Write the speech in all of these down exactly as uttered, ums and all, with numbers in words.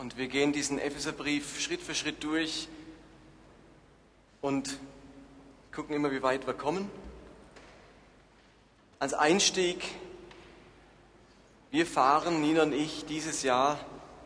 Und wir gehen diesen Epheserbrief Schritt für Schritt durch und gucken immer, wie weit wir kommen. Als Einstieg, wir fahren, Nina und ich, dieses Jahr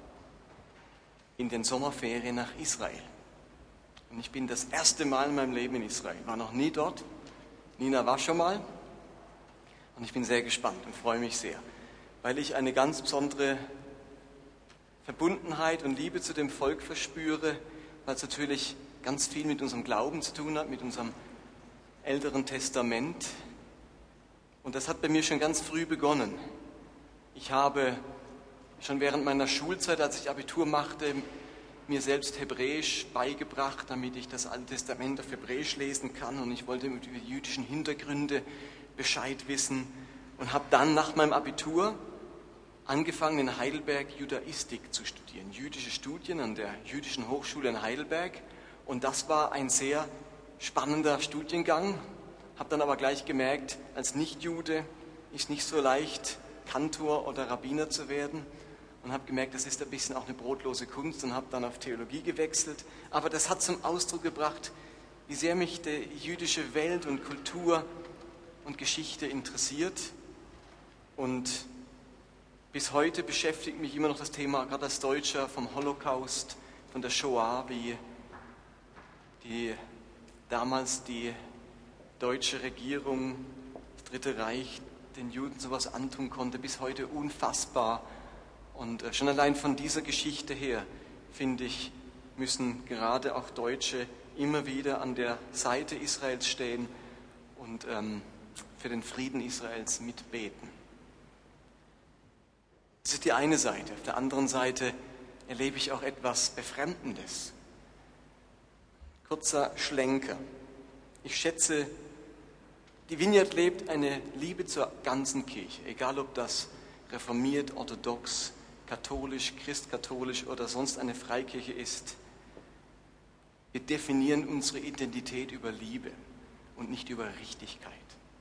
in den Sommerferien nach Israel. Und ich bin das erste Mal in meinem Leben in Israel. Ich war noch nie dort. Nina war schon mal. Und ich bin sehr gespannt und freue mich sehr, weil ich eine ganz besondere Verbundenheit und Liebe zu dem Volk verspüre, weil es natürlich ganz viel mit unserem Glauben zu tun hat, mit unserem älteren Testament. Und das hat bei mir schon ganz früh begonnen. Ich habe schon während meiner Schulzeit, als ich Abitur machte, mir selbst Hebräisch beigebracht, damit ich das Alte Testament auf Hebräisch lesen kann. Und ich wollte über die jüdischen Hintergründe Bescheid wissen und habe dann nach meinem Abitur angefangen, in Heidelberg Judaistik zu studieren. Jüdische Studien an der Jüdischen Hochschule in Heidelberg. Und das war ein sehr spannender Studiengang. Habe dann aber gleich gemerkt, als Nichtjude ist nicht so leicht, Kantor oder Rabbiner zu werden. Und habe gemerkt, das ist ein bisschen auch eine brotlose Kunst und habe dann auf Theologie gewechselt. Aber das hat zum Ausdruck gebracht, wie sehr mich die jüdische Welt und Kultur und Geschichte interessiert. Und bis heute beschäftigt mich immer noch das Thema, gerade als Deutscher, vom Holocaust, von der Shoah, wie die, damals die deutsche Regierung, das Dritte Reich, den Juden sowas antun konnte, bis heute unfassbar. Und schon allein von dieser Geschichte her, finde ich, müssen gerade auch Deutsche immer wieder an der Seite Israels stehen und ähm, für den Frieden Israels mitbeten. Das ist die eine Seite. Auf der anderen Seite erlebe ich auch etwas Befremdendes. Kurzer Schlenker. Ich schätze, die Vineyard lebt eine Liebe zur ganzen Kirche, egal ob das reformiert, orthodox, katholisch, christkatholisch oder sonst eine Freikirche ist. Wir definieren unsere Identität über Liebe und nicht über Richtigkeit.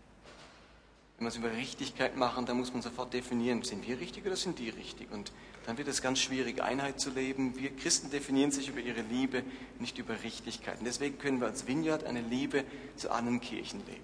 Wenn wir es über Richtigkeit machen, dann muss man sofort definieren, sind wir richtig oder sind die richtig? Und dann wird es ganz schwierig, Einheit zu leben. Wir Christen definieren sich über ihre Liebe, nicht über Richtigkeit. Und deswegen können wir als Vineyard eine Liebe zu allen Kirchen leben.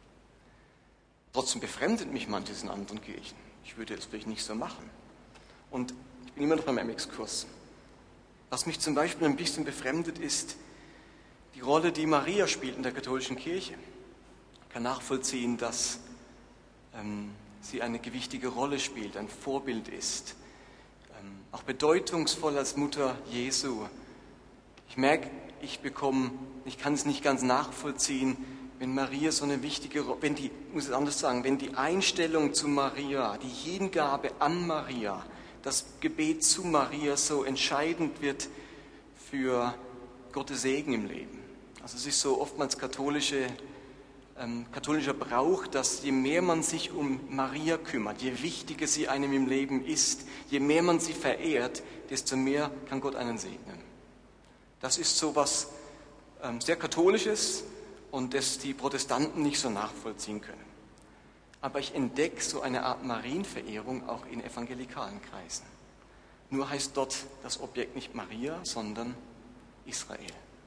Trotzdem befremdet mich manches in anderen Kirchen. Ich würde es vielleicht nicht so machen. Und ich bin immer noch beim Exkurs. Was mich zum Beispiel ein bisschen befremdet, ist die Rolle, die Maria spielt in der katholischen Kirche. Ich kann nachvollziehen, dass ähm, sie eine gewichtige Rolle spielt, ein Vorbild ist, ähm, auch bedeutungsvoll als Mutter Jesu. Ich merke, ich bekomme, ich kann es nicht ganz nachvollziehen, wenn Maria so eine wichtige Rolle, wenn die, ich muss es anders sagen, wenn die Einstellung zu Maria, die Hingabe an Maria, das Gebet zu Maria so entscheidend wird für Gottes Segen im Leben. Also es ist so oftmals katholische, ähm, katholischer Brauch, dass je mehr man sich um Maria kümmert, je wichtiger sie einem im Leben ist, je mehr man sie verehrt, desto mehr kann Gott einen segnen. Das ist so was ähm, sehr Katholisches und das die Protestanten nicht so nachvollziehen können. Aber ich entdecke so eine Art Marienverehrung auch in evangelikalen Kreisen. Nur heißt dort das Objekt nicht Maria, sondern Israel.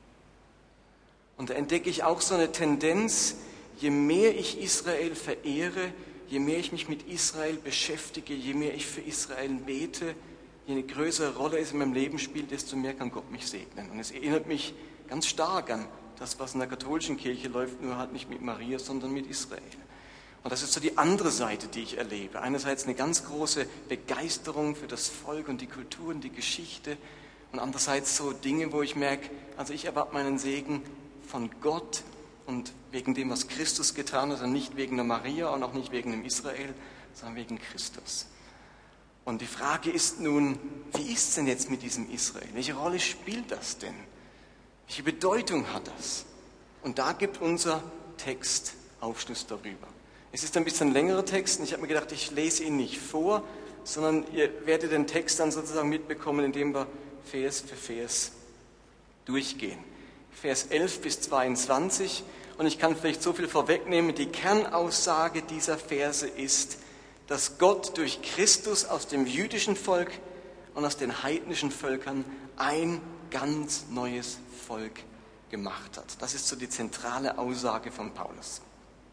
Und da entdecke ich auch so eine Tendenz, je mehr ich Israel verehre, je mehr ich mich mit Israel beschäftige, je mehr ich für Israel bete, je eine größere Rolle es in meinem Leben spielt, desto mehr kann Gott mich segnen. Und es erinnert mich ganz stark an das, was in der katholischen Kirche läuft, nur halt nicht mit Maria, sondern mit Israel. Und das ist so die andere Seite, die ich erlebe. Einerseits eine ganz große Begeisterung für das Volk und die Kultur und die Geschichte und andererseits so Dinge, wo ich merke, also ich erwarte meinen Segen von Gott und wegen dem, was Christus getan hat und nicht wegen der Maria und auch nicht wegen dem Israel, sondern wegen Christus. Und die Frage ist nun, wie ist es denn jetzt mit diesem Israel? Welche Rolle spielt das denn? Welche Bedeutung hat das? Und da gibt unser Text Aufschluss darüber. Es ist ein bisschen ein längerer Text und ich habe mir gedacht, ich lese ihn nicht vor, sondern ihr werdet den Text dann sozusagen mitbekommen, indem wir Vers für Vers durchgehen. Vers elf bis zweiundzwanzig und ich kann vielleicht so viel vorwegnehmen, die Kernaussage dieser Verse ist, dass Gott durch Christus aus dem jüdischen Volk und aus den heidnischen Völkern ein ganz neues Volk gemacht hat. Das ist so die zentrale Aussage von Paulus.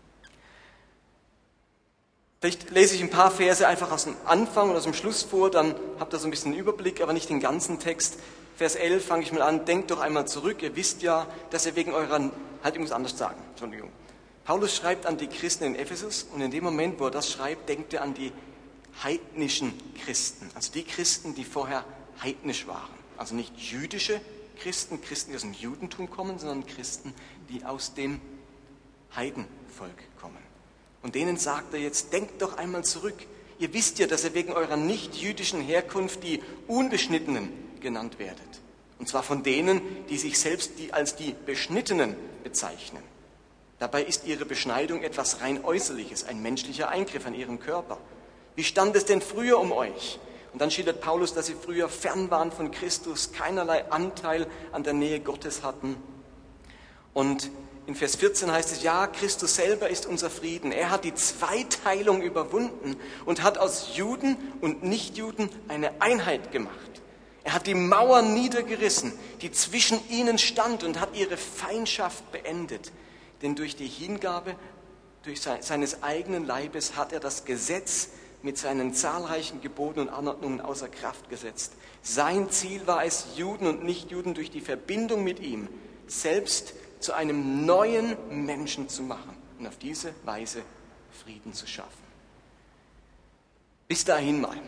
Vielleicht lese ich ein paar Verse einfach aus dem Anfang und aus dem Schluss vor, dann habt ihr so ein bisschen einen Überblick, aber nicht den ganzen Text. Vers elf fange ich mal an, denkt doch einmal zurück, ihr wisst ja, dass ihr wegen eurer, halt ich muss anders sagen, Entschuldigung. Paulus schreibt an die Christen in Ephesus und in dem Moment, wo er das schreibt, denkt er an die heidnischen Christen, also die Christen, die vorher heidnisch waren. Also nicht jüdische Christen, Christen, die aus dem Judentum kommen, sondern Christen, die aus dem Heidenvolk kommen. Und denen sagt er jetzt, denkt doch einmal zurück. Ihr wisst ja, dass ihr wegen eurer nicht-jüdischen Herkunft die Unbeschnittenen genannt werdet. Und zwar von denen, die sich selbst die als die Beschnittenen bezeichnen. Dabei ist ihre Beschneidung etwas rein Äußerliches, ein menschlicher Eingriff an ihren Körper. Wie stand es denn früher um euch? Und dann schildert Paulus, dass sie früher fern waren von Christus, keinerlei Anteil an der Nähe Gottes hatten. Und in Vers vierzehn heißt es, ja, Christus selber ist unser Frieden. Er hat die Zweiteilung überwunden und hat aus Juden und Nichtjuden eine Einheit gemacht. Er hat die Mauer niedergerissen, die zwischen ihnen stand und hat ihre Feindschaft beendet. Denn durch die Hingabe durch seines eigenen Leibes hat er das Gesetz mit seinen zahlreichen Geboten und Anordnungen außer Kraft gesetzt. Sein Ziel war es, Juden und Nichtjuden durch die Verbindung mit ihm selbst zu einem neuen Menschen zu machen und auf diese Weise Frieden zu schaffen. Bis dahin mal.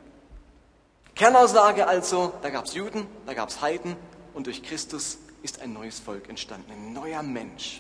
Kernaussage also, da gab es Juden, da gab es Heiden und durch Christus ist ein neues Volk entstanden, ein neuer Mensch.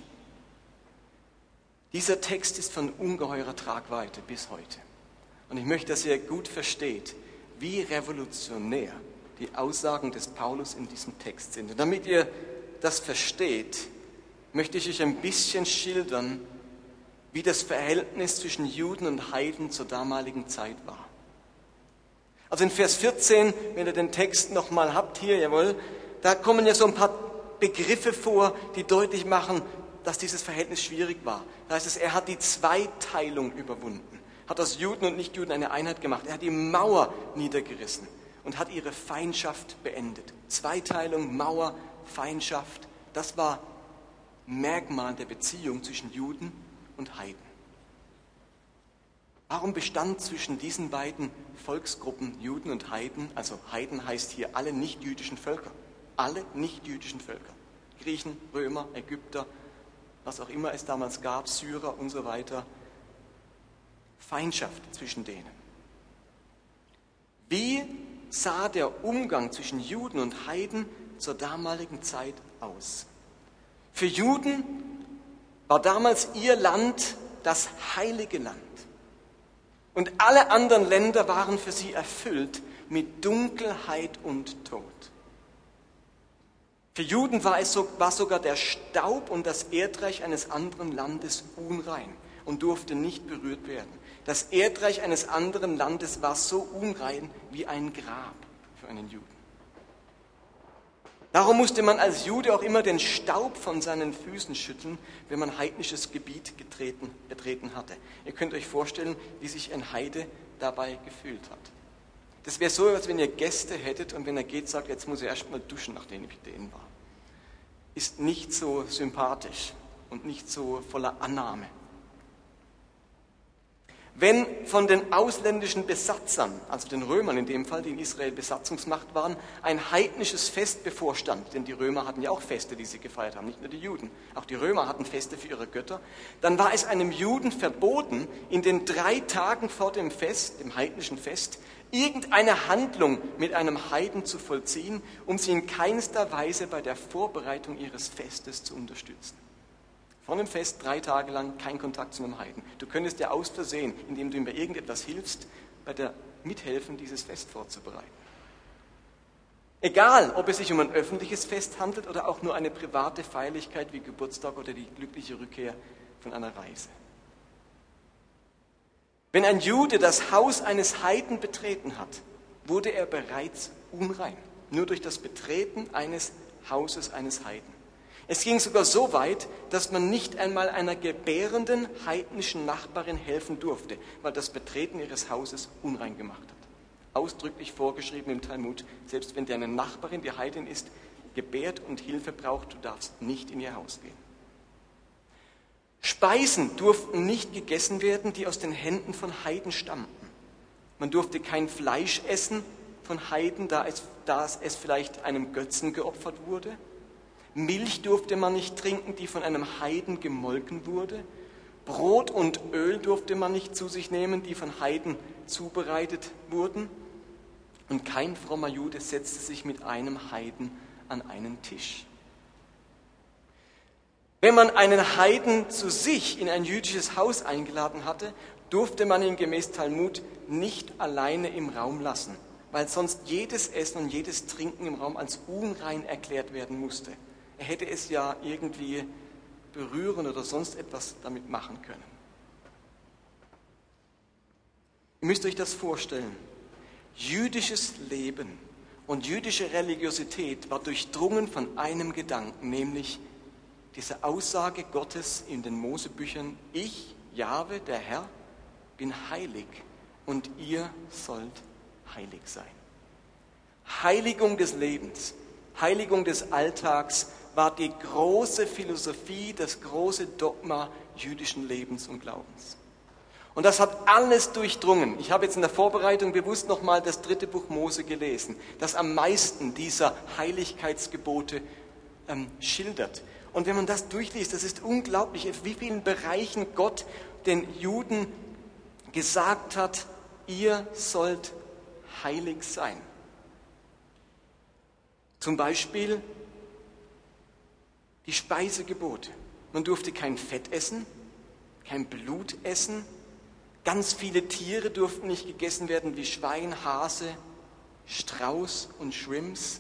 Dieser Text ist von ungeheurer Tragweite bis heute. Und ich möchte, dass ihr gut versteht, wie revolutionär die Aussagen des Paulus in diesem Text sind. Und damit ihr das versteht, möchte ich euch ein bisschen schildern, wie das Verhältnis zwischen Juden und Heiden zur damaligen Zeit war. Also in Vers vierzehn, wenn ihr den Text nochmal habt hier, jawohl, da kommen ja so ein paar Begriffe vor, die deutlich machen, dass dieses Verhältnis schwierig war. Da heißt es, er hat die Zweiteilung überwunden, hat aus Juden und Nichtjuden eine Einheit gemacht, er hat die Mauer niedergerissen und hat ihre Feindschaft beendet. Zweiteilung, Mauer, Feindschaft, das war Merkmal der Beziehung zwischen Juden und Heiden. Warum bestand zwischen diesen beiden Volksgruppen, Juden und Heiden, also Heiden heißt hier alle nicht-jüdischen Völker, alle nicht-jüdischen Völker, Griechen, Römer, Ägypter, was auch immer es damals gab, Syrer und so weiter, Feindschaft zwischen denen. Wie sah der Umgang zwischen Juden und Heiden zur damaligen Zeit aus? Für Juden war damals ihr Land das heilige Land. Und alle anderen Länder waren für sie erfüllt mit Dunkelheit und Tod. Für Juden war es so, war sogar der Staub und das Erdreich eines anderen Landes unrein und durfte nicht berührt werden. Das Erdreich eines anderen Landes war so unrein wie ein Grab für einen Juden. Darum musste man als Jude auch immer den Staub von seinen Füßen schütteln, wenn man heidnisches Gebiet getreten, betreten hatte. Ihr könnt euch vorstellen, wie sich ein Heide dabei gefühlt hat. Das wäre so, als wenn ihr Gäste hättet und wenn er geht, sagt, jetzt muss er erst mal duschen, nachdem ich denen war. Ist nicht so sympathisch und nicht so voller Annahme. Wenn von den ausländischen Besatzern, also den Römern in dem Fall, die in Israel Besatzungsmacht waren, ein heidnisches Fest bevorstand, denn die Römer hatten ja auch Feste, die sie gefeiert haben, nicht nur die Juden, auch die Römer hatten Feste für ihre Götter, dann war es einem Juden verboten, in den drei Tagen vor dem Fest, dem heidnischen Fest, irgendeine Handlung mit einem Heiden zu vollziehen, um sie in keinster Weise bei der Vorbereitung ihres Festes zu unterstützen. Von dem Fest drei Tage lang kein Kontakt zu einem Heiden. Du könntest ja aus Versehen, indem du ihm bei irgendetwas hilfst, bei der Mithelfen dieses Fest vorzubereiten. Egal, ob es sich um ein öffentliches Fest handelt oder auch nur eine private Feierlichkeit wie Geburtstag oder die glückliche Rückkehr von einer Reise. Wenn ein Jude das Haus eines Heiden betreten hat, wurde er bereits unrein, nur durch das Betreten eines Hauses eines Heiden. Es ging sogar so weit, dass man nicht einmal einer gebärenden heidnischen Nachbarin helfen durfte, weil das Betreten ihres Hauses unrein gemacht hat. Ausdrücklich vorgeschrieben im Talmud, selbst wenn deine Nachbarin, die Heidin ist, gebärt und Hilfe braucht, du darfst nicht in ihr Haus gehen. Speisen durften nicht gegessen werden, die aus den Händen von Heiden stammten. Man durfte kein Fleisch essen von Heiden, da es, da es vielleicht einem Götzen geopfert wurde. Milch durfte man nicht trinken, die von einem Heiden gemolken wurde. Brot und Öl durfte man nicht zu sich nehmen, die von Heiden zubereitet wurden. Und kein frommer Jude setzte sich mit einem Heiden an einen Tisch. Wenn man einen Heiden zu sich in ein jüdisches Haus eingeladen hatte, durfte man ihn gemäß Talmud nicht alleine im Raum lassen, weil sonst jedes Essen und jedes Trinken im Raum als unrein erklärt werden musste. Er hätte es ja irgendwie berühren oder sonst etwas damit machen können. Ihr müsst euch das vorstellen. Jüdisches Leben und jüdische Religiosität war durchdrungen von einem Gedanken, nämlich diese Aussage Gottes in den Mosebüchern: Ich, Jahwe, der Herr, bin heilig und ihr sollt heilig sein. Heiligung des Lebens, Heiligung des Alltags war die große Philosophie, das große Dogma jüdischen Lebens und Glaubens. Und das hat alles durchdrungen. Ich habe jetzt in der Vorbereitung bewusst nochmal das dritte Buch Mose gelesen, das am meisten dieser Heiligkeitsgebote ähm, schildert. Und wenn man das durchliest, das ist unglaublich, in wie vielen Bereichen Gott den Juden gesagt hat, ihr sollt heilig sein. Zum Beispiel die Speisegebote. Man durfte kein Fett essen, kein Blut essen. Ganz viele Tiere durften nicht gegessen werden, wie Schwein, Hase, Strauß und Shrimps.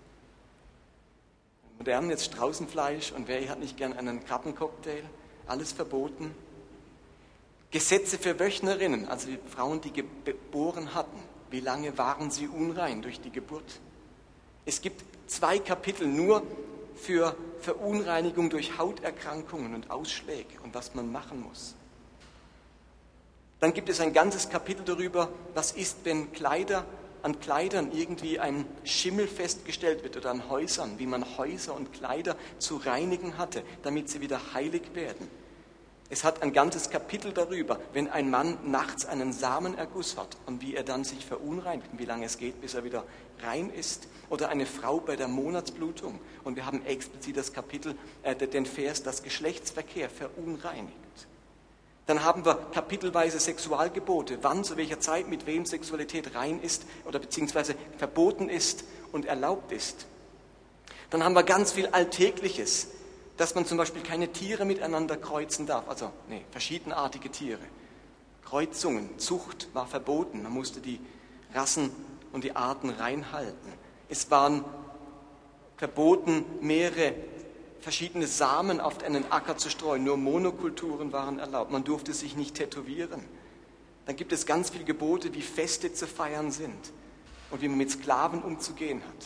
Modern jetzt Straußenfleisch, und wer hat nicht gern einen Krabbencocktail? Alles verboten. Gesetze für Wöchnerinnen, also die Frauen, die geboren hatten. Wie lange waren sie unrein durch die Geburt? Es gibt zwei Kapitel nur für Verunreinigung durch Hauterkrankungen und Ausschläge und was man machen muss. Dann gibt es ein ganzes Kapitel darüber, was ist, wenn Kleider, an Kleidern irgendwie ein Schimmel festgestellt wird oder an Häusern, wie man Häuser und Kleider zu reinigen hatte, damit sie wieder heilig werden. Es hat ein ganzes Kapitel darüber, wenn ein Mann nachts einen Samenerguss hat und wie er dann sich verunreinigt und wie lange es geht, bis er wieder rein ist. Oder eine Frau bei der Monatsblutung. Und wir haben explizit das Kapitel, äh, den Vers, das Geschlechtsverkehr verunreinigt. Dann haben wir kapitelweise Sexualgebote, wann, zu welcher Zeit, mit wem Sexualität rein ist oder beziehungsweise verboten ist und erlaubt ist. Dann haben wir ganz viel Alltägliches, dass man zum Beispiel keine Tiere miteinander kreuzen darf, also nee, verschiedenartige Tiere. Kreuzungen, Zucht war verboten, man musste die Rassen und die Arten reinhalten. Es waren verboten, mehrere verschiedene Samen auf einen Acker zu streuen, nur Monokulturen waren erlaubt, man durfte sich nicht tätowieren. Dann gibt es ganz viele Gebote, wie Feste zu feiern sind und wie man mit Sklaven umzugehen hat.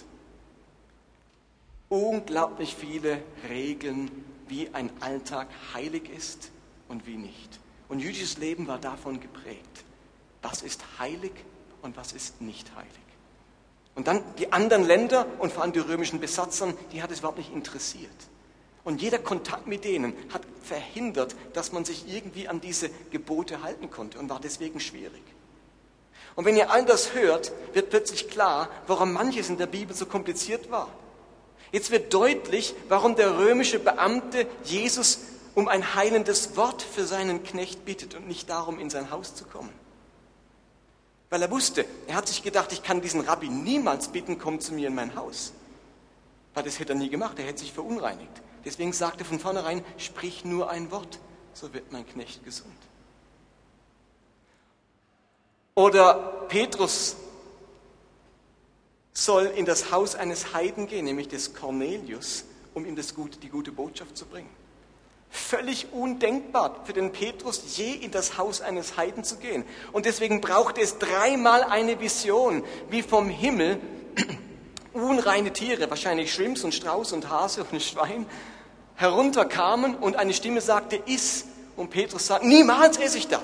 Unglaublich viele Regeln, wie ein Alltag heilig ist und wie nicht. Und jüdisches Leben war davon geprägt. Was ist heilig und was ist nicht heilig? Und dann die anderen Länder und vor allem die römischen Besatzer, die hat es überhaupt nicht interessiert. Und jeder Kontakt mit denen hat verhindert, dass man sich irgendwie an diese Gebote halten konnte und war deswegen schwierig. Und wenn ihr all das hört, wird plötzlich klar, warum manches in der Bibel so kompliziert war. Jetzt wird deutlich, warum der römische Beamte Jesus um ein heilendes Wort für seinen Knecht bittet und nicht darum, in sein Haus zu kommen. Weil er wusste, er hat sich gedacht, ich kann diesen Rabbi niemals bitten, komm zu mir in mein Haus. Weil das hätte er nie gemacht, er hätte sich verunreinigt. Deswegen sagte er von vornherein, sprich nur ein Wort, so wird mein Knecht gesund. Oder Petrus soll in das Haus eines Heiden gehen, nämlich des Cornelius, um ihm das gute, die gute Botschaft zu bringen. Völlig undenkbar für den Petrus, je in das Haus eines Heiden zu gehen. Und deswegen brauchte es dreimal eine Vision, wie vom Himmel unreine Tiere, wahrscheinlich Shrimps und Strauß und Hase und Schwein, herunterkamen und eine Stimme sagte, iss. Und Petrus sagt, niemals esse ich das.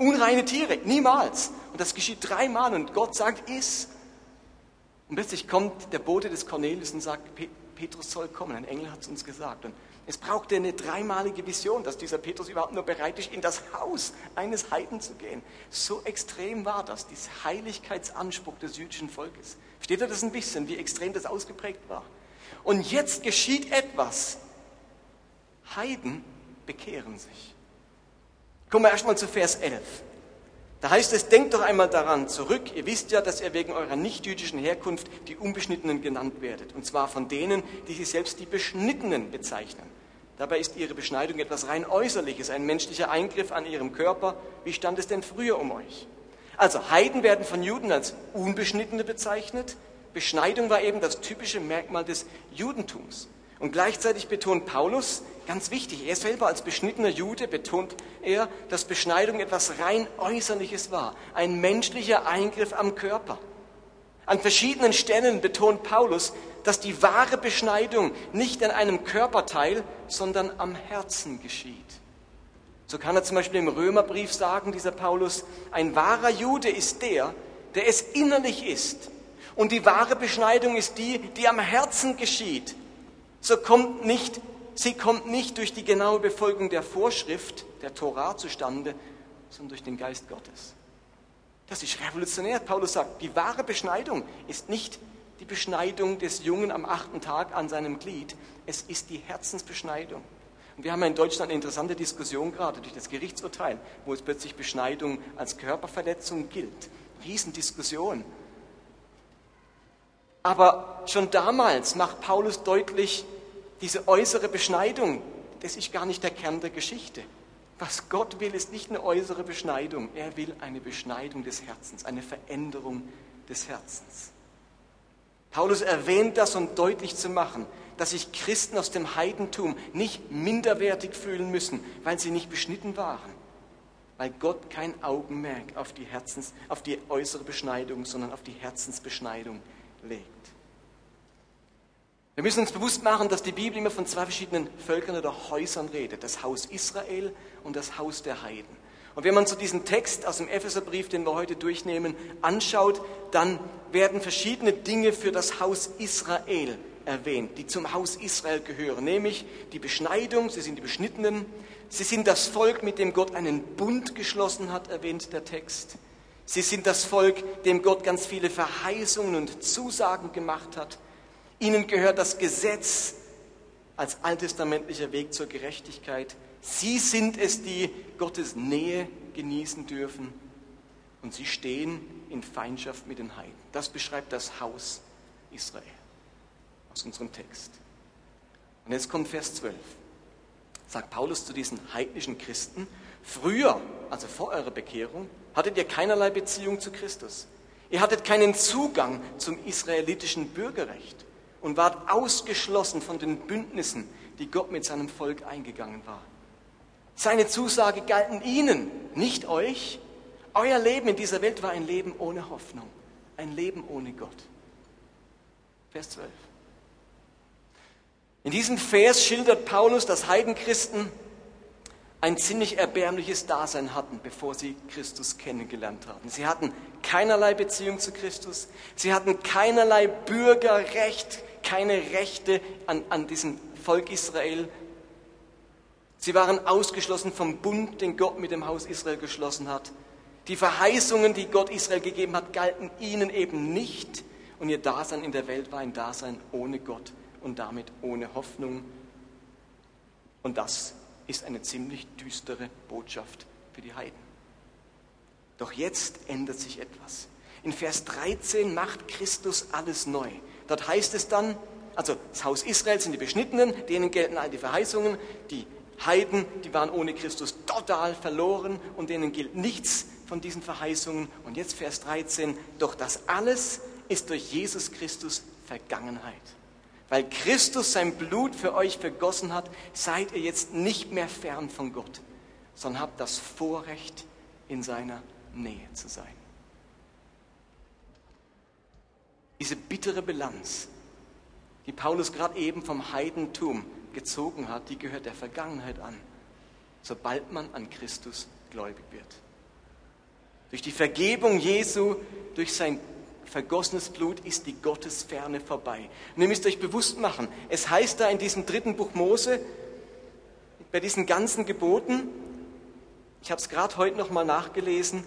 Unreine Tiere, niemals. Und das geschieht dreimal und Gott sagt, iss. Und plötzlich kommt der Bote des Cornelius und sagt, Petrus soll kommen, ein Engel hat es uns gesagt. Und es brauchte eine dreimalige Vision, dass dieser Petrus überhaupt nur bereit ist, in das Haus eines Heiden zu gehen. So extrem war das, dieser Heiligkeitsanspruch des jüdischen Volkes. Versteht ihr das ein bisschen, wie extrem das ausgeprägt war? Und jetzt geschieht etwas. Heiden bekehren sich. Kommen wir erstmal zu Vers elf. Da heißt es, denkt doch einmal daran zurück, ihr wisst ja, dass ihr wegen eurer nichtjüdischen Herkunft die Unbeschnittenen genannt werdet. Und zwar von denen, die sich selbst die Beschnittenen bezeichnen. Dabei ist ihre Beschneidung etwas rein Äußerliches, ein menschlicher Eingriff an ihrem Körper. Wie stand es denn früher um euch? Also Heiden werden von Juden als Unbeschnittene bezeichnet. Beschneidung war eben das typische Merkmal des Judentums. Und gleichzeitig betont Paulus, ganz wichtig, er selber als beschnittener Jude betont er, dass Beschneidung etwas rein Äußerliches war, ein menschlicher Eingriff am Körper. An verschiedenen Stellen betont Paulus, dass die wahre Beschneidung nicht an einem Körperteil, sondern am Herzen geschieht. So kann er zum Beispiel im Römerbrief sagen, dieser Paulus, ein wahrer Jude ist der, der es innerlich ist. Und die wahre Beschneidung ist die, die am Herzen geschieht. So kommt nicht, sie kommt nicht durch die genaue Befolgung der Vorschrift, der Tora zustande, sondern durch den Geist Gottes. Das ist revolutionär. Paulus sagt, die wahre Beschneidung ist nicht die Beschneidung des Jungen am achten Tag an seinem Glied, es ist die Herzensbeschneidung. Und wir haben ja in Deutschland eine interessante Diskussion gerade durch das Gerichtsurteil, wo es plötzlich Beschneidung als Körperverletzung gilt. Riesendiskussion. Aber schon damals macht Paulus deutlich, diese äußere Beschneidung, das ist gar nicht der Kern der Geschichte. Was Gott will, ist nicht eine äußere Beschneidung. Er will eine Beschneidung des Herzens, eine Veränderung des Herzens. Paulus erwähnt das, um deutlich zu machen, dass sich Christen aus dem Heidentum nicht minderwertig fühlen müssen, weil sie nicht beschnitten waren. Weil Gott kein Augenmerk auf die, Herzens, auf die äußere Beschneidung, sondern auf die Herzensbeschneidung legt. Wir müssen uns bewusst machen, dass die Bibel immer von zwei verschiedenen Völkern oder Häusern redet. Das Haus Israel und das Haus der Heiden. Und wenn man so diesen Text aus dem Epheserbrief, den wir heute durchnehmen, anschaut, dann werden verschiedene Dinge für das Haus Israel erwähnt, die zum Haus Israel gehören. Nämlich die Beschneidung, sie sind die Beschnittenen, sie sind das Volk, mit dem Gott einen Bund geschlossen hat, erwähnt der Text. Sie sind das Volk, dem Gott ganz viele Verheißungen und Zusagen gemacht hat. Ihnen gehört das Gesetz als alttestamentlicher Weg zur Gerechtigkeit. Sie sind es, die Gottes Nähe genießen dürfen. Und sie stehen in Feindschaft mit den Heiden. Das beschreibt das Haus Israel aus unserem Text. Und jetzt kommt Vers zwölf. Sagt Paulus zu diesen heidnischen Christen, früher, also vor eurer Bekehrung, hattet ihr keinerlei Beziehung zu Christus. Ihr hattet keinen Zugang zum israelitischen Bürgerrecht und wart ausgeschlossen von den Bündnissen, die Gott mit seinem Volk eingegangen war. Seine Zusage galten ihnen, nicht euch. Euer Leben in dieser Welt war ein Leben ohne Hoffnung, ein Leben ohne Gott. Vers zwölf. In diesem Vers schildert Paulus, dass Heidenchristen ein ziemlich erbärmliches Dasein hatten, bevor sie Christus kennengelernt haben. Sie hatten keinerlei Beziehung zu Christus, sie hatten keinerlei Bürgerrecht, keine Rechte an, an diesem Volk Israel. Sie waren ausgeschlossen vom Bund, den Gott mit dem Haus Israel geschlossen hat. Die Verheißungen, die Gott Israel gegeben hat, galten ihnen eben nicht. Und ihr Dasein in der Welt war ein Dasein ohne Gott und damit ohne Hoffnung. Und das ist eine ziemlich düstere Botschaft für die Heiden. Doch jetzt ändert sich etwas. In Vers dreizehn macht Christus alles neu. Dort heißt es dann, also das Haus Israel sind die Beschnittenen, denen gelten all die Verheißungen, die Heiden, die waren ohne Christus total verloren und denen gilt nichts von diesen Verheißungen. Und jetzt Vers dreizehn, doch das alles ist durch Jesus Christus Vergangenheit. Weil Christus sein Blut für euch vergossen hat, seid ihr jetzt nicht mehr fern von Gott, sondern habt das Vorrecht, in seiner Nähe zu sein. Diese bittere Bilanz, die Paulus gerade eben vom Heidentum gezogen hat, die gehört der Vergangenheit an, sobald man an Christus gläubig wird. Durch die Vergebung Jesu, durch sein vergossenes Blut ist die Gottesferne vorbei. Und ihr müsst euch bewusst machen, es heißt da in diesem dritten Buch Mose, bei diesen ganzen Geboten, ich habe es gerade heute noch mal nachgelesen,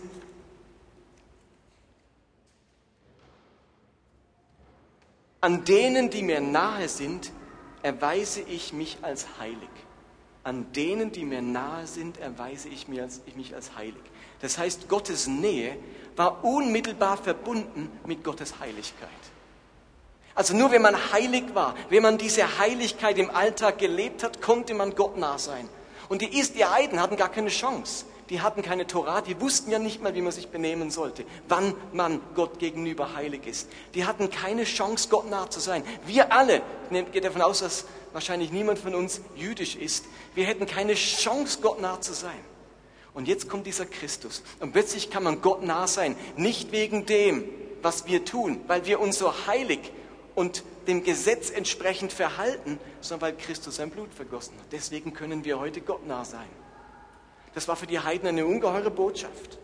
an denen, die mir nahe sind, erweise ich mich als heilig. An denen, die mir nahe sind, erweise ich mich als, ich mich als heilig. Das heißt, Gottes Nähe war unmittelbar verbunden mit Gottes Heiligkeit. Also nur wenn man heilig war, wenn man diese Heiligkeit im Alltag gelebt hat, konnte man Gott nah sein. Und die, die Heiden hatten gar keine Chance. Die hatten keine Tora, die wussten ja nicht mal, wie man sich benehmen sollte, wann man Gott gegenüber heilig ist. Die hatten keine Chance, Gott nah zu sein. Wir alle, ich gehe davon aus, dass wahrscheinlich niemand von uns jüdisch ist, wir hätten keine Chance, Gott nah zu sein. Und jetzt kommt dieser Christus und plötzlich kann man Gott nah sein, nicht wegen dem, was wir tun, weil wir uns so heilig und dem Gesetz entsprechend verhalten, sondern weil Christus sein Blut vergossen hat. Deswegen können wir heute Gott nah sein. Das war für die Heiden eine ungeheure Botschaft.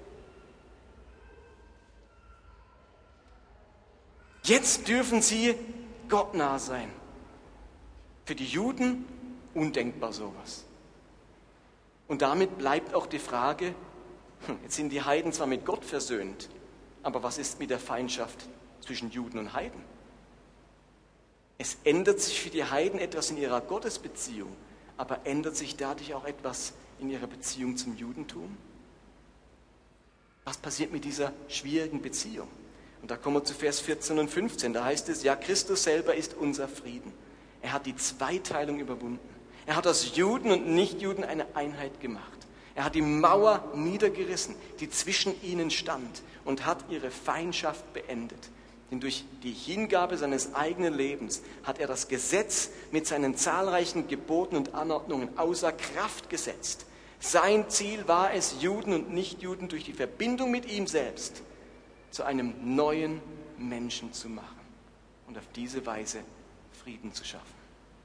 Jetzt dürfen sie Gott nah sein. Für die Juden undenkbar sowas. Und damit bleibt auch die Frage, jetzt sind die Heiden zwar mit Gott versöhnt, aber was ist mit der Feindschaft zwischen Juden und Heiden? Es ändert sich für die Heiden etwas in ihrer Gottesbeziehung, aber ändert sich dadurch auch etwas in ihrer Beziehung zum Judentum? Was passiert mit dieser schwierigen Beziehung? Und da kommen wir zu Vers vierzehn und fünfzehn, da heißt es, ja, Christus selber ist unser Frieden. Er hat die Zweiteilung überwunden. Er hat aus Juden und Nichtjuden eine Einheit gemacht. Er hat die Mauer niedergerissen, die zwischen ihnen stand und hat ihre Feindschaft beendet. Denn durch die Hingabe seines eigenen Lebens hat er das Gesetz mit seinen zahlreichen Geboten und Anordnungen außer Kraft gesetzt. Sein Ziel war es, Juden und Nichtjuden durch die Verbindung mit ihm selbst zu einem neuen Menschen zu machen und auf diese Weise Frieden zu schaffen.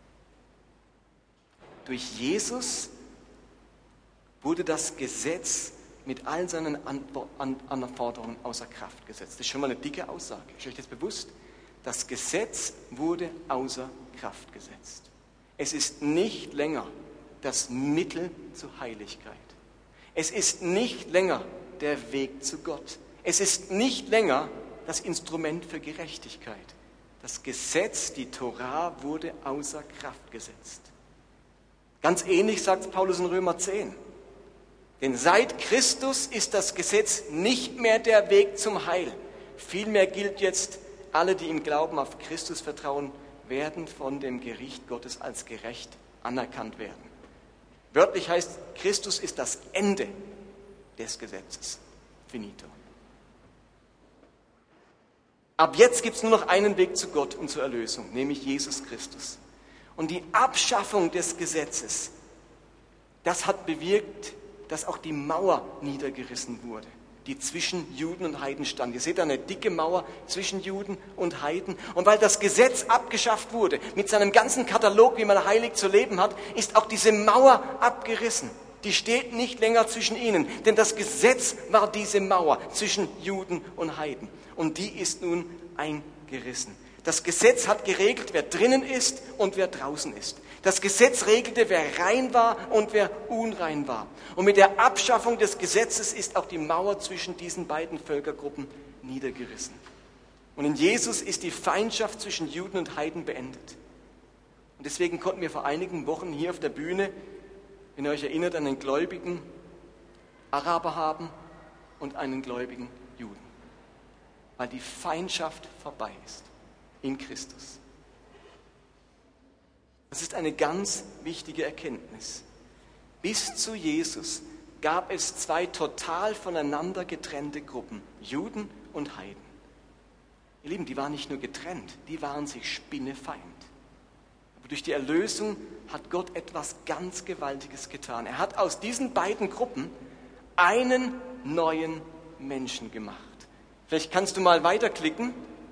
Durch Jesus wurde das Gesetz mit all seinen Anforderungen außer Kraft gesetzt. Das ist schon mal eine dicke Aussage. Ist euch das bewusst? Das Gesetz wurde außer Kraft gesetzt. Es ist nicht länger das Mittel zur Heiligkeit. Es ist nicht länger der Weg zu Gott. Es ist nicht länger das Instrument für Gerechtigkeit. Das Gesetz, die Tora, wurde außer Kraft gesetzt. Ganz ähnlich sagt Paulus in Römer zehn. Denn seit Christus ist das Gesetz nicht mehr der Weg zum Heil. Vielmehr gilt jetzt, alle, die im Glauben auf Christus vertrauen, werden von dem Gericht Gottes als gerecht anerkannt werden. Wörtlich heißt, Christus ist das Ende des Gesetzes. Finito. Ab jetzt gibt es nur noch einen Weg zu Gott und zur Erlösung, nämlich Jesus Christus. Und die Abschaffung des Gesetzes, das hat bewirkt, dass auch die Mauer niedergerissen wurde, die zwischen Juden und Heiden stand. Ihr seht da eine dicke Mauer zwischen Juden und Heiden. Und weil das Gesetz abgeschafft wurde, mit seinem ganzen Katalog, wie man heilig zu leben hat, ist auch diese Mauer abgerissen. Die steht nicht länger zwischen ihnen, denn das Gesetz war diese Mauer zwischen Juden und Heiden. Und die ist nun eingerissen. Das Gesetz hat geregelt, wer drinnen ist und wer draußen ist. Das Gesetz regelte, wer rein war und wer unrein war. Und mit der Abschaffung des Gesetzes ist auch die Mauer zwischen diesen beiden Völkergruppen niedergerissen. Und in Jesus ist die Feindschaft zwischen Juden und Heiden beendet. Und deswegen konnten wir vor einigen Wochen hier auf der Bühne, wenn ihr euch erinnert, einen gläubigen Araber haben und einen gläubigen Juden. Weil die Feindschaft vorbei ist in Christus. Das ist eine ganz wichtige Erkenntnis. Bis zu Jesus gab es zwei total voneinander getrennte Gruppen, Juden und Heiden. Ihr Lieben, die waren nicht nur getrennt, die waren sich spinnefeind. Aber durch die Erlösung hat Gott etwas ganz Gewaltiges getan. Er hat aus diesen beiden Gruppen einen neuen Menschen gemacht. Vielleicht kannst du mal weiterklicken.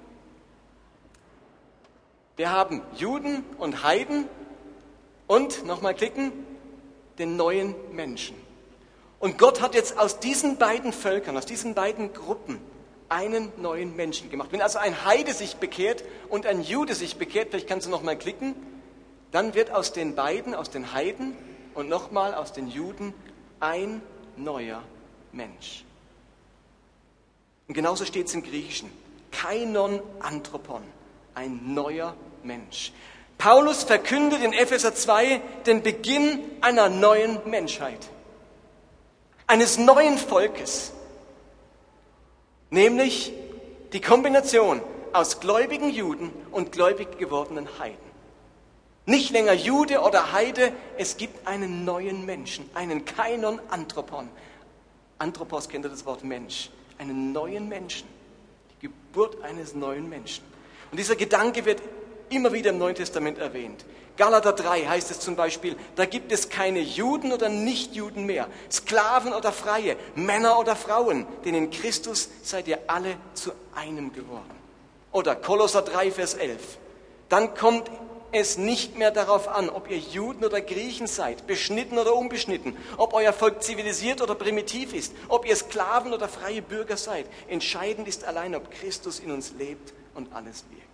Wir haben Juden und Heiden und, nochmal klicken, den neuen Menschen. Und Gott hat jetzt aus diesen beiden Völkern, aus diesen beiden Gruppen einen neuen Menschen gemacht. Wenn also ein Heide sich bekehrt und ein Jude sich bekehrt, vielleicht kannst du noch mal klicken, dann wird aus den beiden, aus den Heiden und nochmal aus den Juden ein neuer Mensch. Und genauso steht es im Griechischen. Kainon Anthropon, ein neuer Mensch. Paulus verkündet in Epheser zwei den Beginn einer neuen Menschheit, eines neuen Volkes, nämlich die Kombination aus gläubigen Juden und gläubig gewordenen Heiden. Nicht länger Jude oder Heide, es gibt einen neuen Menschen, einen Kainon Anthropon. Anthropos kennt ihr das Wort Mensch, einen neuen Menschen, die Geburt eines neuen Menschen. Und dieser Gedanke wird immer wieder im Neuen Testament erwähnt. Galater drei heißt es zum Beispiel, da gibt es keine Juden oder Nichtjuden mehr, Sklaven oder Freie, Männer oder Frauen, denn in Christus seid ihr alle zu einem geworden. Oder Kolosser drei, Vers elf, dann kommt es nicht mehr darauf an, ob ihr Juden oder Griechen seid, beschnitten oder unbeschnitten, ob euer Volk zivilisiert oder primitiv ist, ob ihr Sklaven oder freie Bürger seid. Entscheidend ist allein, ob Christus in uns lebt und alles wirkt.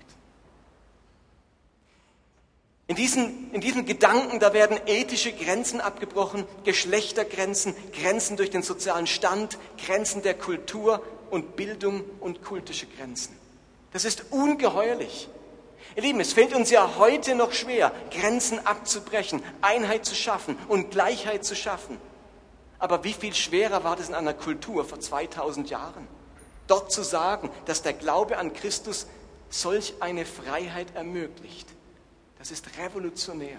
In diesen, in diesen Gedanken, da werden ethische Grenzen abgebrochen, Geschlechtergrenzen, Grenzen durch den sozialen Stand, Grenzen der Kultur und Bildung und kultische Grenzen. Das ist ungeheuerlich. Ihr Lieben, es fällt uns ja heute noch schwer, Grenzen abzubrechen, Einheit zu schaffen und Gleichheit zu schaffen. Aber wie viel schwerer war das in einer Kultur vor zweitausend Jahren? Dort zu sagen, dass der Glaube an Christus solch eine Freiheit ermöglicht. Das ist revolutionär.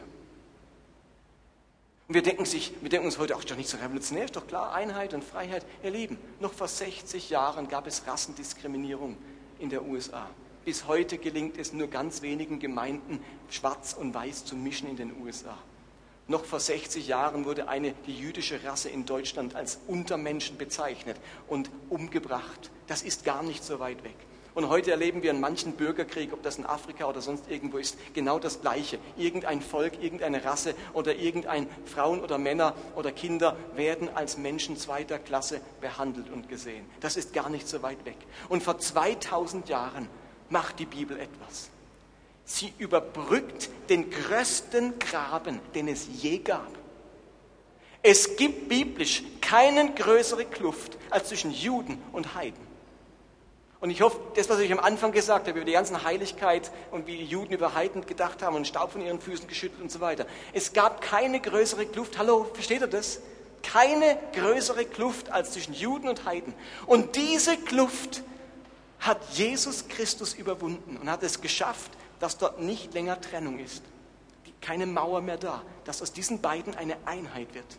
Und wir denken, sich, wir denken uns heute, ach, ist doch nicht so revolutionär, ist doch klar, Einheit und Freiheit. Ihr Lieben, noch vor sechzig Jahren gab es Rassendiskriminierung in der U S A. Bis heute gelingt es nur ganz wenigen Gemeinden, Schwarz und Weiß zu mischen in den U S A. Noch vor sechzig Jahren wurde eine, die jüdische Rasse in Deutschland als Untermenschen bezeichnet und umgebracht. Das ist gar nicht so weit weg. Und heute erleben wir in manchen Bürgerkrieg, ob das in Afrika oder sonst irgendwo ist, genau das Gleiche. Irgendein Volk, irgendeine Rasse oder irgendein Frauen oder Männer oder Kinder werden als Menschen zweiter Klasse behandelt und gesehen. Das ist gar nicht so weit weg. Und vor zweitausend Jahren macht die Bibel etwas. Sie überbrückt den größten Graben, den es je gab. Es gibt biblisch keine größere Kluft als zwischen Juden und Heiden. Und ich hoffe, das, was ich am Anfang gesagt habe, über die ganzen Heiligkeit und wie die Juden über Heiden gedacht haben und Staub von ihren Füßen geschüttelt und so weiter. Es gab keine größere Kluft, hallo, versteht ihr das? Keine größere Kluft als zwischen Juden und Heiden. Und diese Kluft hat Jesus Christus überwunden und hat es geschafft, dass dort nicht länger Trennung ist. Keine Mauer mehr da, dass aus diesen beiden eine Einheit wird.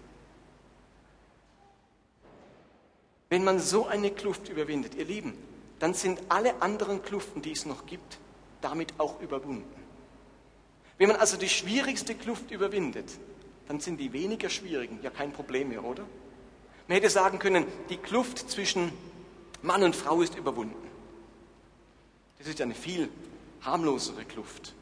Wenn man so eine Kluft überwindet, ihr Lieben, dann sind alle anderen Kluften, die es noch gibt, damit auch überwunden. Wenn man also die schwierigste Kluft überwindet, dann sind die weniger schwierigen ja kein Problem mehr, oder? Man hätte sagen können, die Kluft zwischen Mann und Frau ist überwunden. Das ist ja eine viel harmlosere Kluft.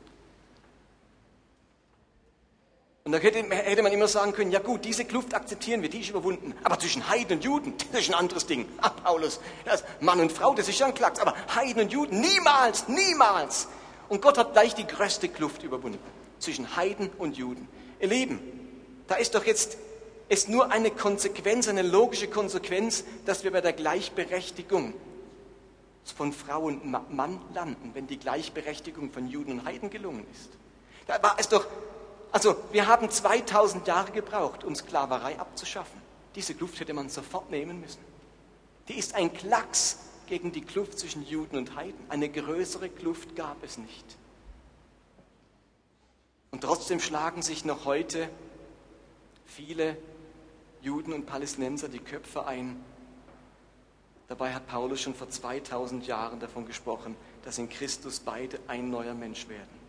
Und da hätte man immer sagen können, ja gut, diese Kluft akzeptieren wir, die ist überwunden. Aber zwischen Heiden und Juden, das ist ein anderes Ding. Ah, Paulus, das Mann und Frau, das ist ja ein Klacks. Aber Heiden und Juden, niemals, niemals. Und Gott hat gleich die größte Kluft überwunden. Zwischen Heiden und Juden. Ihr Lieben, da ist doch jetzt ist nur eine Konsequenz, eine logische Konsequenz, dass wir bei der Gleichberechtigung von Frau und Mann landen, wenn die Gleichberechtigung von Juden und Heiden gelungen ist. Da war es doch, also wir haben zweitausend Jahre gebraucht, um Sklaverei abzuschaffen. Diese Kluft hätte man sofort nehmen müssen. Die ist ein Klacks gegen die Kluft zwischen Juden und Heiden. Eine größere Kluft gab es nicht. Und trotzdem schlagen sich noch heute viele Juden und Palästinenser die Köpfe ein. Dabei hat Paulus schon vor zweitausend Jahren davon gesprochen, dass in Christus beide ein neuer Mensch werden.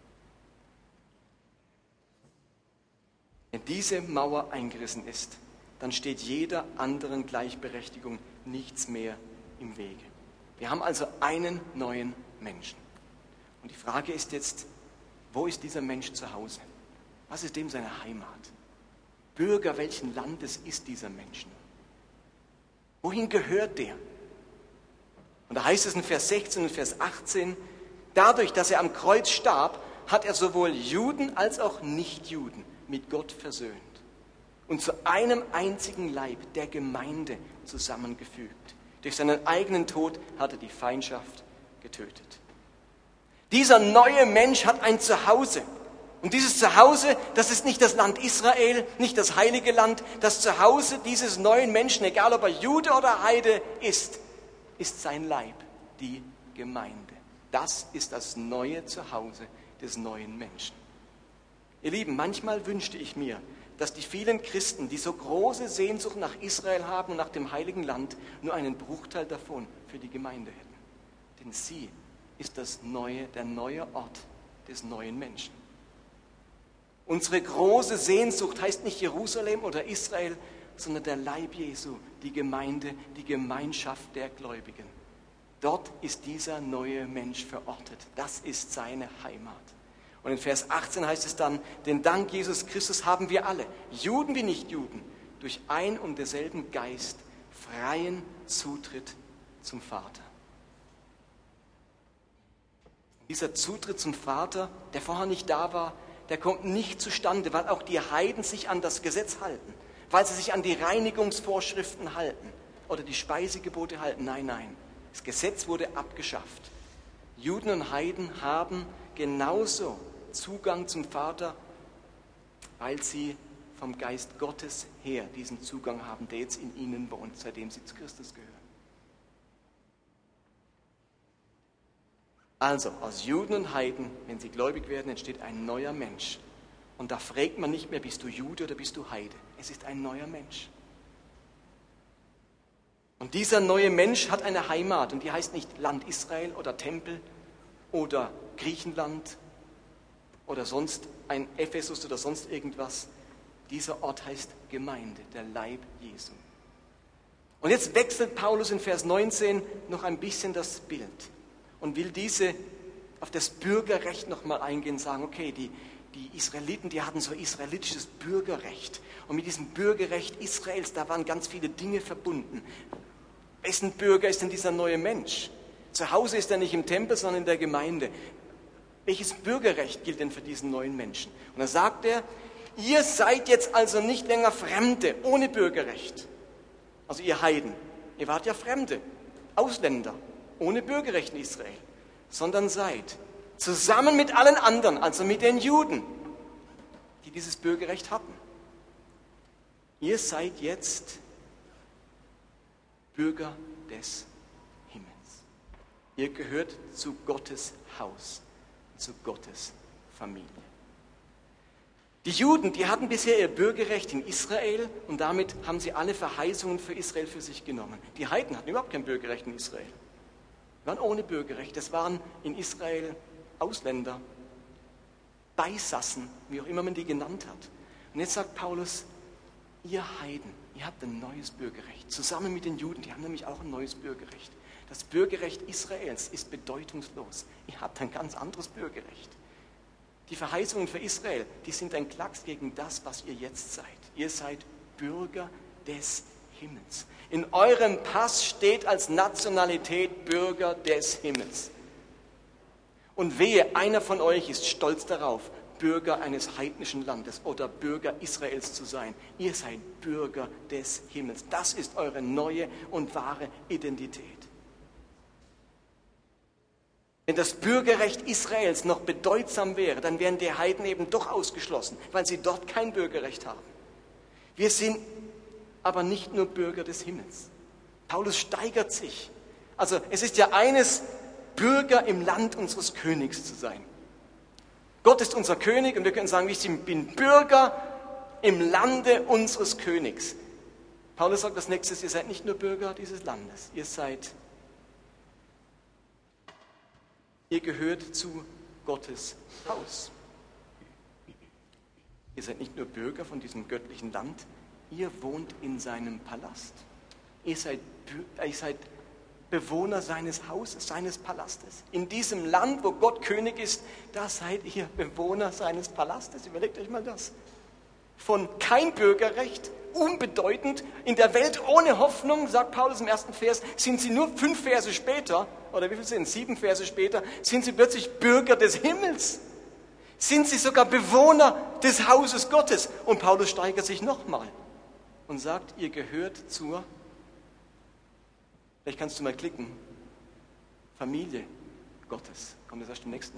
Wenn diese Mauer eingerissen ist, dann steht jeder anderen Gleichberechtigung nichts mehr im Wege. Wir haben also einen neuen Menschen. Und die Frage ist jetzt, wo ist dieser Mensch zu Hause? Was ist dem seine Heimat? Bürger welchen Landes ist dieser Mensch? Wohin gehört der? Und da heißt es in Vers sechzehn und Vers achtzehn, dadurch, dass er am Kreuz starb, hat er sowohl Juden als auch Nichtjuden mit Gott versöhnt und zu einem einzigen Leib, der Gemeinde, zusammengefügt. Durch seinen eigenen Tod hat er die Feindschaft getötet. Dieser neue Mensch hat ein Zuhause. Und dieses Zuhause, das ist nicht das Land Israel, nicht das heilige Land. Das Zuhause dieses neuen Menschen, egal ob er Jude oder Heide ist, ist sein Leib, die Gemeinde. Das ist das neue Zuhause des neuen Menschen. Ihr Lieben, manchmal wünschte ich mir, dass die vielen Christen, die so große Sehnsucht nach Israel haben und nach dem heiligen Land, nur einen Bruchteil davon für die Gemeinde hätten. Denn sie ist das neue, der neue Ort des neuen Menschen. Unsere große Sehnsucht heißt nicht Jerusalem oder Israel, sondern der Leib Jesu, die Gemeinde, die Gemeinschaft der Gläubigen. Dort ist dieser neue Mensch verortet. Das ist seine Heimat. Und in Vers achtzehn heißt es dann, denn dank Jesus Christus haben wir alle, Juden wie Nichtjuden, durch ein und derselben Geist freien Zutritt zum Vater. Dieser Zutritt zum Vater, der vorher nicht da war, der kommt nicht zustande, weil auch die Heiden sich an das Gesetz halten, weil sie sich an die Reinigungsvorschriften halten oder die Speisegebote halten. Nein, nein, das Gesetz wurde abgeschafft. Juden und Heiden haben genauso Zugang zum Vater, weil sie vom Geist Gottes her diesen Zugang haben, der jetzt in ihnen wohnt, seitdem sie zu Christus gehören. Also, aus Juden und Heiden, wenn sie gläubig werden, entsteht ein neuer Mensch. Und da fragt man nicht mehr, bist du Jude oder bist du Heide? Es ist ein neuer Mensch. Und dieser neue Mensch hat eine Heimat und die heißt nicht Land Israel oder Tempel oder Griechenland oder sonst ein Ephesus oder sonst irgendwas. Dieser Ort heißt Gemeinde, der Leib Jesu. Und jetzt wechselt Paulus in Vers neunzehn noch ein bisschen das Bild und will diese auf das Bürgerrecht nochmal eingehen, sagen, okay, die, die Israeliten, die hatten so israelitisches Bürgerrecht. Und mit diesem Bürgerrecht Israels, da waren ganz viele Dinge verbunden. Wessen Bürger ist denn dieser neue Mensch? Zu Hause ist er nicht im Tempel, sondern in der Gemeinde. Welches Bürgerrecht gilt denn für diesen neuen Menschen? Und da sagt er, ihr seid jetzt also nicht länger Fremde, ohne Bürgerrecht. Also ihr Heiden, ihr wart ja Fremde, Ausländer, ohne Bürgerrecht in Israel, sondern seid zusammen mit allen anderen, also mit den Juden, die dieses Bürgerrecht hatten. Ihr seid jetzt Bürger des Himmels. Ihr gehört zu Gottes Haus, zu Gottes Familie. Die Juden, die hatten bisher ihr Bürgerrecht in Israel und damit haben sie alle Verheißungen für Israel für sich genommen. Die Heiden hatten überhaupt kein Bürgerrecht in Israel. Sie waren ohne Bürgerrecht. Das waren in Israel Ausländer, Beisassen, wie auch immer man die genannt hat. Und jetzt sagt Paulus, ihr Heiden, ihr habt ein neues Bürgerrecht. Zusammen mit den Juden, die haben nämlich auch ein neues Bürgerrecht. Das Bürgerrecht Israels ist bedeutungslos. Ihr habt ein ganz anderes Bürgerrecht. Die Verheißungen für Israel, die sind ein Klacks gegen das, was ihr jetzt seid. Ihr seid Bürger des Himmels. In eurem Pass steht als Nationalität Bürger des Himmels. Und wehe, einer von euch ist stolz darauf, Bürger eines heidnischen Landes oder Bürger Israels zu sein. Ihr seid Bürger des Himmels. Das ist eure neue und wahre Identität. Wenn das Bürgerrecht Israels noch bedeutsam wäre, dann wären die Heiden eben doch ausgeschlossen, weil sie dort kein Bürgerrecht haben. Wir sind aber nicht nur Bürger des Himmels. Paulus steigert sich. Also es ist ja eines, Bürger im Land unseres Königs zu sein. Gott ist unser König und wir können sagen, ich bin Bürger im Lande unseres Königs. Paulus sagt als nächstes, ihr seid nicht nur Bürger dieses Landes, ihr seid, ihr gehört zu Gottes Haus. Ihr seid nicht nur Bürger von diesem göttlichen Land, ihr wohnt in seinem Palast. Ihr seid, ihr seid Bewohner seines Hauses, seines Palastes. In diesem Land, wo Gott König ist, da seid ihr Bewohner seines Palastes. Überlegt euch mal das. von kein Bürgerrecht, unbedeutend, in der Welt ohne Hoffnung, sagt Paulus im ersten Vers, sind sie nur fünf Verse später, oder wie viel sind es, sieben Verse später, sind sie plötzlich Bürger des Himmels. Sind sie sogar Bewohner des Hauses Gottes. Und Paulus steigert sich nochmal und sagt, ihr gehört zur, vielleicht kannst du mal klicken, Familie Gottes. Kommt das erst im nächsten.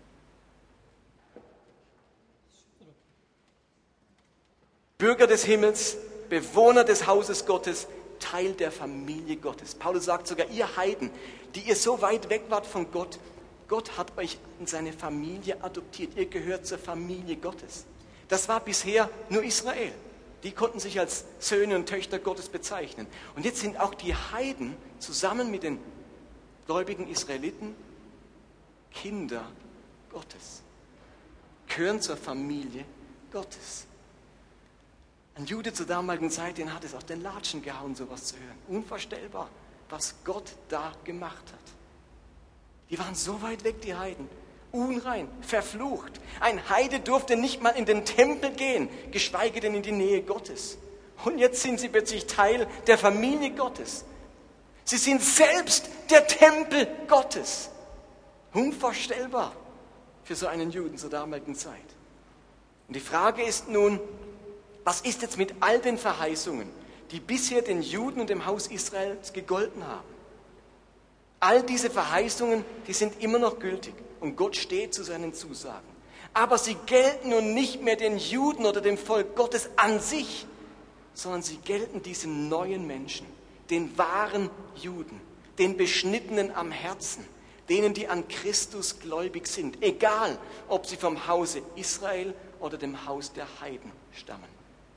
Bürger des Himmels, Bewohner des Hauses Gottes, Teil der Familie Gottes. Paulus sagt sogar, ihr Heiden, die ihr so weit weg wart von Gott, Gott hat euch in seine Familie adoptiert. Ihr gehört zur Familie Gottes. Das war bisher nur Israel. Die konnten sich als Söhne und Töchter Gottes bezeichnen. Und jetzt sind auch die Heiden zusammen mit den gläubigen Israeliten Kinder Gottes. Gehören zur Familie Gottes. Ein Jude zur damaligen Zeit, den hat es aus den Latschen gehauen, sowas zu hören. Unvorstellbar, was Gott da gemacht hat. Die waren so weit weg, die Heiden. Unrein, verflucht. Ein Heide durfte nicht mal in den Tempel gehen, geschweige denn in die Nähe Gottes. Und jetzt sind sie plötzlich Teil der Familie Gottes. Sie sind selbst der Tempel Gottes. Unvorstellbar für so einen Juden zur damaligen Zeit. Und die Frage ist nun, was ist jetzt mit all den Verheißungen, die bisher den Juden und dem Haus Israels gegolten haben? All diese Verheißungen, die sind immer noch gültig und Gott steht zu seinen Zusagen. Aber sie gelten nun nicht mehr den Juden oder dem Volk Gottes an sich, sondern sie gelten diesem neuen Menschen, den wahren Juden, den Beschnittenen am Herzen, denen, die an Christus gläubig sind, egal ob sie vom Hause Israel oder dem Haus der Heiden stammen.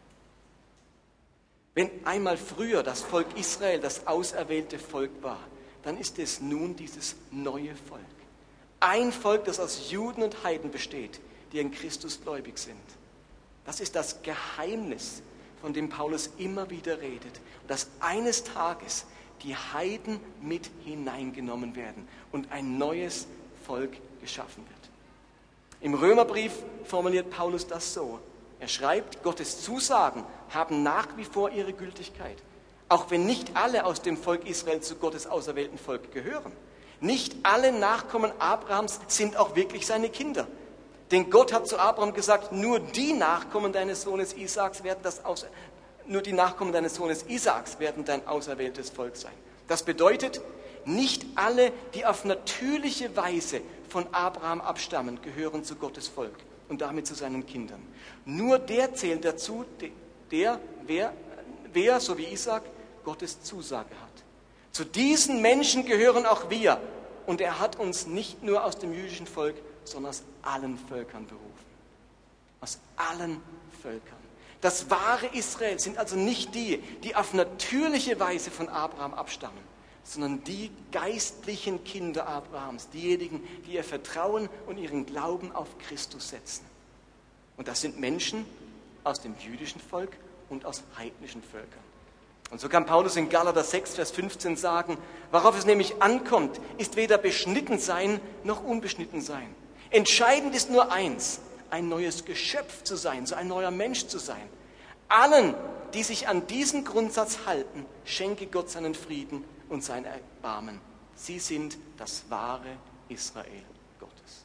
Wenn einmal früher das Volk Israel das auserwählte Volk war, dann ist es nun dieses neue Volk. Ein Volk, das aus Juden und Heiden besteht, die an Christus gläubig sind. Das ist das Geheimnis, von dem Paulus immer wieder redet. Und dass eines Tages die Heiden mit hineingenommen werden und ein neues Volk geschaffen wird. Im Römerbrief formuliert Paulus das so. Er schreibt, Gottes Zusagen haben nach wie vor ihre Gültigkeit. Auch wenn nicht alle aus dem Volk Israel zu Gottes auserwählten Volk gehören. Nicht alle Nachkommen Abrahams sind auch wirklich seine Kinder. Denn Gott hat zu Abraham gesagt, nur die Nachkommen deines Sohnes Isaaks werden das aus, nur die Nachkommen deines Sohnes Isaaks werden dein auserwähltes Volk sein. Das bedeutet, nicht alle, die auf natürliche Weise von Abraham abstammen, gehören zu Gottes Volk und damit zu seinen Kindern. Nur der zählt dazu, der, wer, wer so wie Isaak, Gottes Zusage hat. Zu diesen Menschen gehören auch wir. Und er hat uns nicht nur aus dem jüdischen Volk, sondern aus allen Völkern berufen. Aus allen Völkern. Das wahre Israel sind also nicht die, die auf natürliche Weise von Abraham abstammen, sondern die geistlichen Kinder Abrahams, diejenigen, die ihr Vertrauen und ihren Glauben auf Christus setzen. Und das sind Menschen aus dem jüdischen Volk und aus heidnischen Völkern. Und so kann Paulus in Galater sechs, Vers fünfzehn sagen, worauf es nämlich ankommt, ist weder beschnitten sein noch unbeschnitten sein. Entscheidend ist nur eins, ein neues Geschöpf zu sein, so ein neuer Mensch zu sein. Allen, die sich an diesen Grundsatz halten, schenke Gott seinen Frieden und sein Erbarmen. Sie sind das wahre Israel Gottes.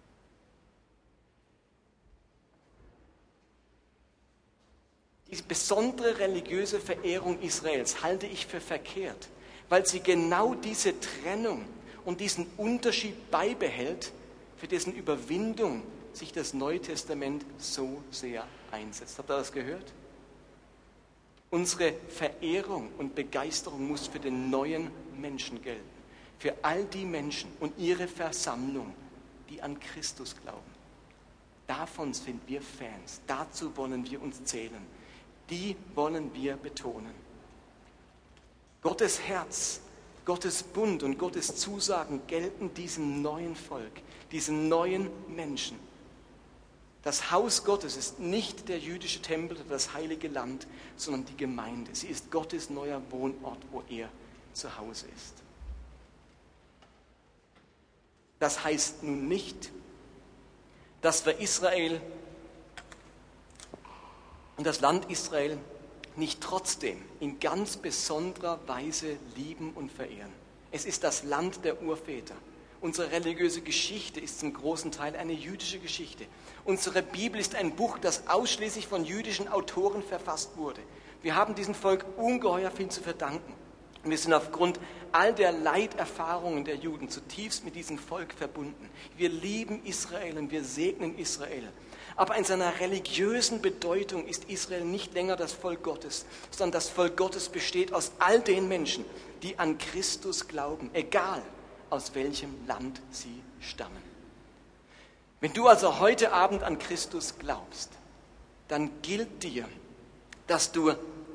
Die besondere religiöse Verehrung Israels halte ich für verkehrt, weil sie genau diese Trennung und diesen Unterschied beibehält, für dessen Überwindung sich das Neue Testament so sehr einsetzt. Habt ihr das gehört? Unsere Verehrung und Begeisterung muss für den neuen Menschen gelten. Für all die Menschen und ihre Versammlung, die an Christus glauben. Davon sind wir Fans. Dazu wollen wir uns zählen. Die wollen wir betonen. Gottes Herz, Gottes Bund und Gottes Zusagen gelten diesem neuen Volk, diesem neuen Menschen. Das Haus Gottes ist nicht der jüdische Tempel oder das heilige Land, sondern die Gemeinde. Sie ist Gottes neuer Wohnort, wo er zu Hause ist. Das heißt nun nicht, dass wir Israel und das Land Israel nicht trotzdem in ganz besonderer Weise lieben und verehren. Es ist das Land der Urväter. Unsere religiöse Geschichte ist zum großen Teil eine jüdische Geschichte. Unsere Bibel ist ein Buch, das ausschließlich von jüdischen Autoren verfasst wurde. Wir haben diesem Volk ungeheuer viel zu verdanken. Wir sind aufgrund all der Leiterfahrungen der Juden zutiefst mit diesem Volk verbunden. Wir lieben Israel und wir segnen Israel. Aber in seiner religiösen Bedeutung ist Israel nicht länger das Volk Gottes, sondern das Volk Gottes besteht aus all den Menschen, die an Christus glauben, egal aus welchem Land sie stammen. Wenn du also heute Abend an Christus glaubst, dann gilt dir, dass du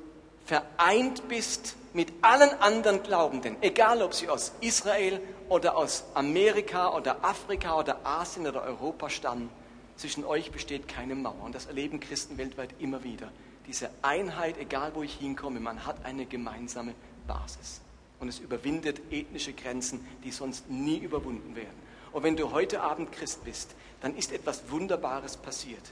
vereint bist mit allen anderen Glaubenden, egal ob sie aus Israel oder aus Amerika oder Afrika oder Asien oder Europa stammen. Zwischen euch besteht keine Mauer und das erleben Christen weltweit immer wieder. Diese Einheit, egal wo ich hinkomme, man hat eine gemeinsame Basis. Und es überwindet ethnische Grenzen, die sonst nie überwunden werden. Und wenn du heute Abend Christ bist, dann ist etwas Wunderbares passiert.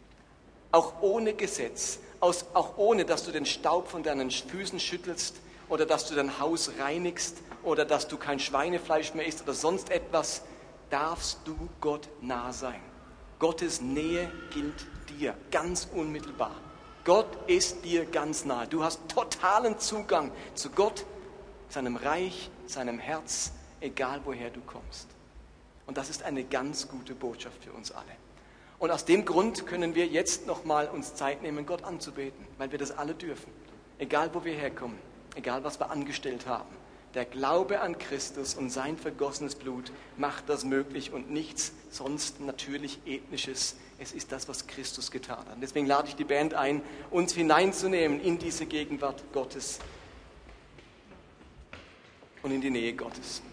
Auch ohne Gesetz, aus, auch ohne, dass du den Staub von deinen Füßen schüttelst oder dass du dein Haus reinigst oder dass du kein Schweinefleisch mehr isst oder sonst etwas, darfst du Gott nah sein. Gottes Nähe gilt dir ganz unmittelbar. Gott ist dir ganz nahe. Du hast totalen Zugang zu Gott, seinem Reich, seinem Herz, egal woher du kommst. Und das ist eine ganz gute Botschaft für uns alle. Und aus dem Grund können wir jetzt nochmal uns Zeit nehmen, Gott anzubeten, weil wir das alle dürfen. Egal wo wir herkommen, egal was wir angestellt haben. Der Glaube an Christus und sein vergossenes Blut macht das möglich und nichts sonst natürlich Ethnisches. Es ist das, was Christus getan hat. Und deswegen lade ich die Band ein, uns hineinzunehmen in diese Gegenwart Gottes und in die Nähe Gottes.